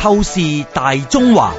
透視大中華。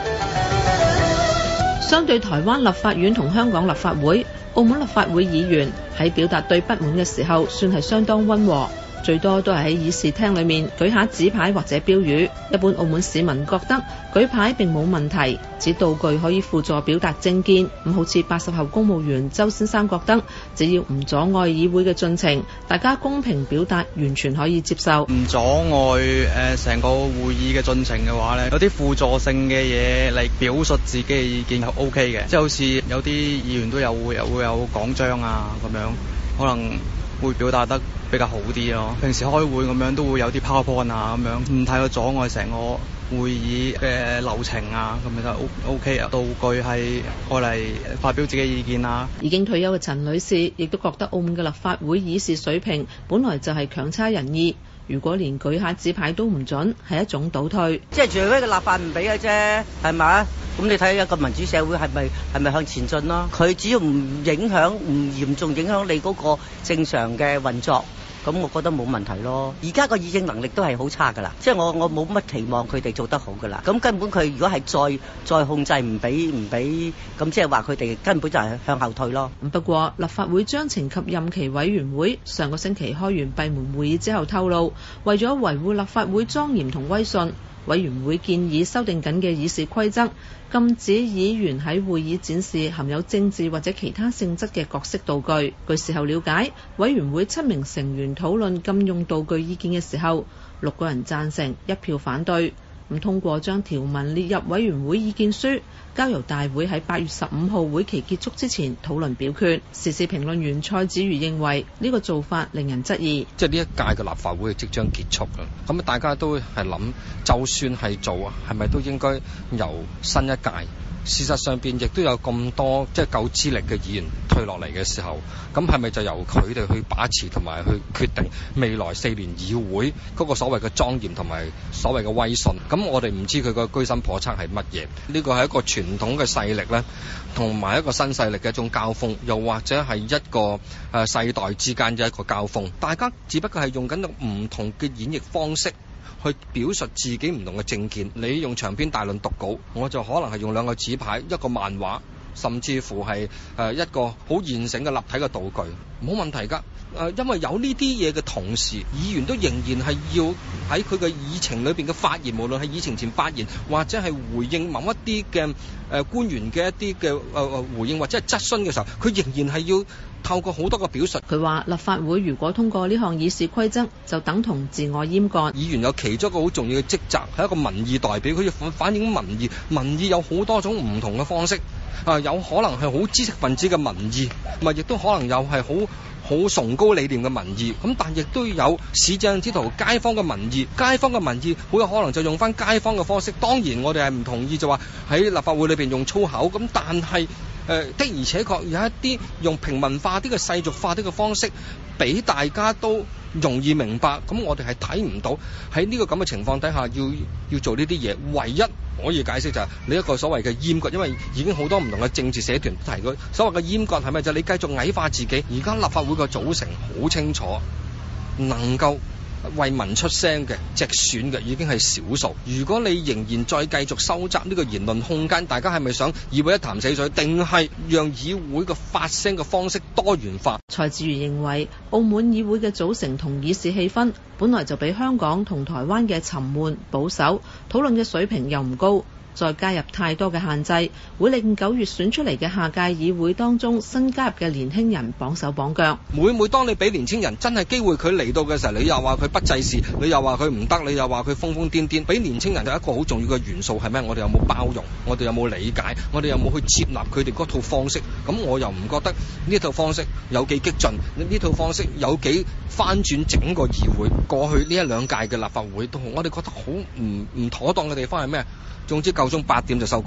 相對台灣立法院同香港立法會，澳門立法會議員喺表達對不滿嘅時候，算係相當溫和。最多都係喺議事廳裏面舉下紙牌或者標語。一般澳門市民覺得舉牌並冇問題，指道具可以輔助表達政見。咁好似80後公務員周先生覺得，只要唔阻礙議會嘅進程，大家公平表達完全可以接受。 唔阻礙成個會議嘅進程嘅話呢，有啲輔助性嘅嘢嚟表述自己嘅意見係 OK 嘅，即係好似有啲議員都會有講章啊咁樣，可能會表達得比較好啲咯。平時開會咁樣都會有啲 PowerPoint 啊咁樣，唔太過阻礙成個會議嘅流程啊，咁樣就 OK 啊。道具係愛嚟發表自己意見啊。 已經退休嘅陳女士亦都覺得澳門嘅立法會議事水平本來就係強差人意，如果連舉下紙牌都唔準，係一種倒退。 即係除非個立法唔俾嘅啫，係咪？咁你睇一個民主社會係咪向前進咯？佢只要唔嚴重影響你嗰個正常嘅運作，咁我覺得冇問題咯。而家個議政能力都係好差噶啦，即係我冇乜期望佢哋做得好噶啦。咁根本佢如果係再控制唔俾，咁即係話佢哋根本就係向後退咯。 不過立法會章程及任期委員會上個星期開完閉門會議之後透露，為咗維護立法會莊嚴同威信，委員會建議修訂緊嘅議事規則，禁止議員喺會議展示含有政治或者其他性質嘅各式道具。據事後了解，委員會7名成員討論禁用道具意見嘅時候，6個人贊成，1票反對，唔通過將條文列入委員會意見書，交由大會喺8月15號會期結束之前討論表決。時事評論員蔡子瑜認為呢個做法令人質疑。 即係呢一屆嘅立法會即將結束啦，咁大家都係諗，就算係做，係咪都應該由新一屆？事實上邊亦都有咁多即係夠資歷嘅議員退落嚟嘅時候，咁係咪就由佢哋去把持同埋去決定未來4年議會嗰個所謂嘅莊嚴同埋所謂嘅威信？咁我哋唔知佢個居心叵測係乜嘢？呢個係一個傳統嘅勢力咧，同埋一個新勢力嘅一種交鋒，又或者係一個世代之間嘅一個交鋒。大家只不過係用緊唔同嘅演繹方式去表述自己唔同嘅政見。你用長篇大論讀稿，我就可能係用2個紙牌、1個漫畫，甚至乎係一個好現成嘅立體嘅道具，冇問題㗎。因為有呢啲嘢嘅同時，議員都仍然係要喺佢嘅議程裏邊嘅發言，無論係議程前發言，或者係回應某一啲嘅官員嘅一啲嘅回應或者係質詢嘅時候，佢仍然係要透過好多個表述。佢話立法會如果通過呢項議事規則，就等同自我閹割。議員有其中一個好重要嘅職責，係一個民意代表，佢要反映民意。民意有好多種唔同嘅方式，有可能係好知識分子嘅民意，亦都可能有係好崇高理念嘅民意，咁但亦都有市井之徒街坊嘅民意，街坊嘅民意好有可能就用翻街坊嘅方式。當然我哋係唔同意就話喺立法會裏邊用粗口，咁但係的而且確有一啲用平民化啲嘅世俗化啲嘅方式，俾大家都容易明白。咁我哋係睇唔到喺呢個咁嘅情況底下要做呢啲嘢。唯一可以解釋就係你一個所謂嘅閹割，因為已經好多唔同嘅政治社團提過所謂嘅閹割係咪就係你繼續矮化自己？而家立法會個組成好清楚，能夠為民出聲嘅直選嘅已經係少數。如果你仍然再繼續收窄呢個言論空間，大家係咪想議會一潭死水，定係讓議會嘅發聲嘅方式多元化？ 蔡子瑜認為澳門議會嘅組成同議事氣氛本來就比香港同台灣嘅沉悶保守，討論嘅水平又唔高，再加入太多嘅限制，會令9月選出嚟嘅下屆議會當中新加入嘅年輕人綁手綁腳。 每當你俾年輕人真係機會佢嚟到嘅時候，你又話佢不濟事，你又話佢唔得，你又話佢瘋瘋癲癲。俾年輕人有一個好重要嘅元素係咩？我哋有冇包容？我哋有冇理解？我哋有冇去接納佢哋嗰套方式？咁我又唔覺得呢套方式有幾激進，呢套方式有幾翻轉整個議會。過去呢1-2屆嘅立法會都我哋覺得好唔妥當嘅地方係咩？總之夠鐘8點就收工。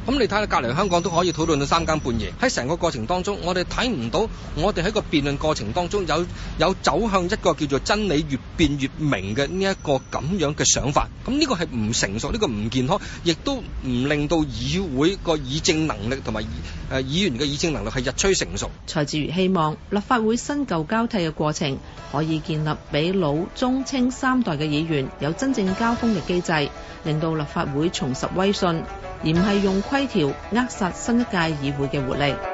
咁你睇下隔離香港都可以討論到3更半夜。喺成個過程當中，我哋睇唔到我哋喺個辯論過程當中有走向一個叫做真理越辯越明嘅呢一個咁樣嘅想法。咁呢個係唔成熟，呢個唔健康，亦都唔令到議會個議政能力同埋議員嘅議政能力係日趨成熟。 蔡志瑜希望立法會新舊交替嘅過程可以建立俾老中青3代嘅議員有真正交鋒嘅機制，令到立法會重拾威信，而唔係用規條扼殺新一屆議會嘅活力。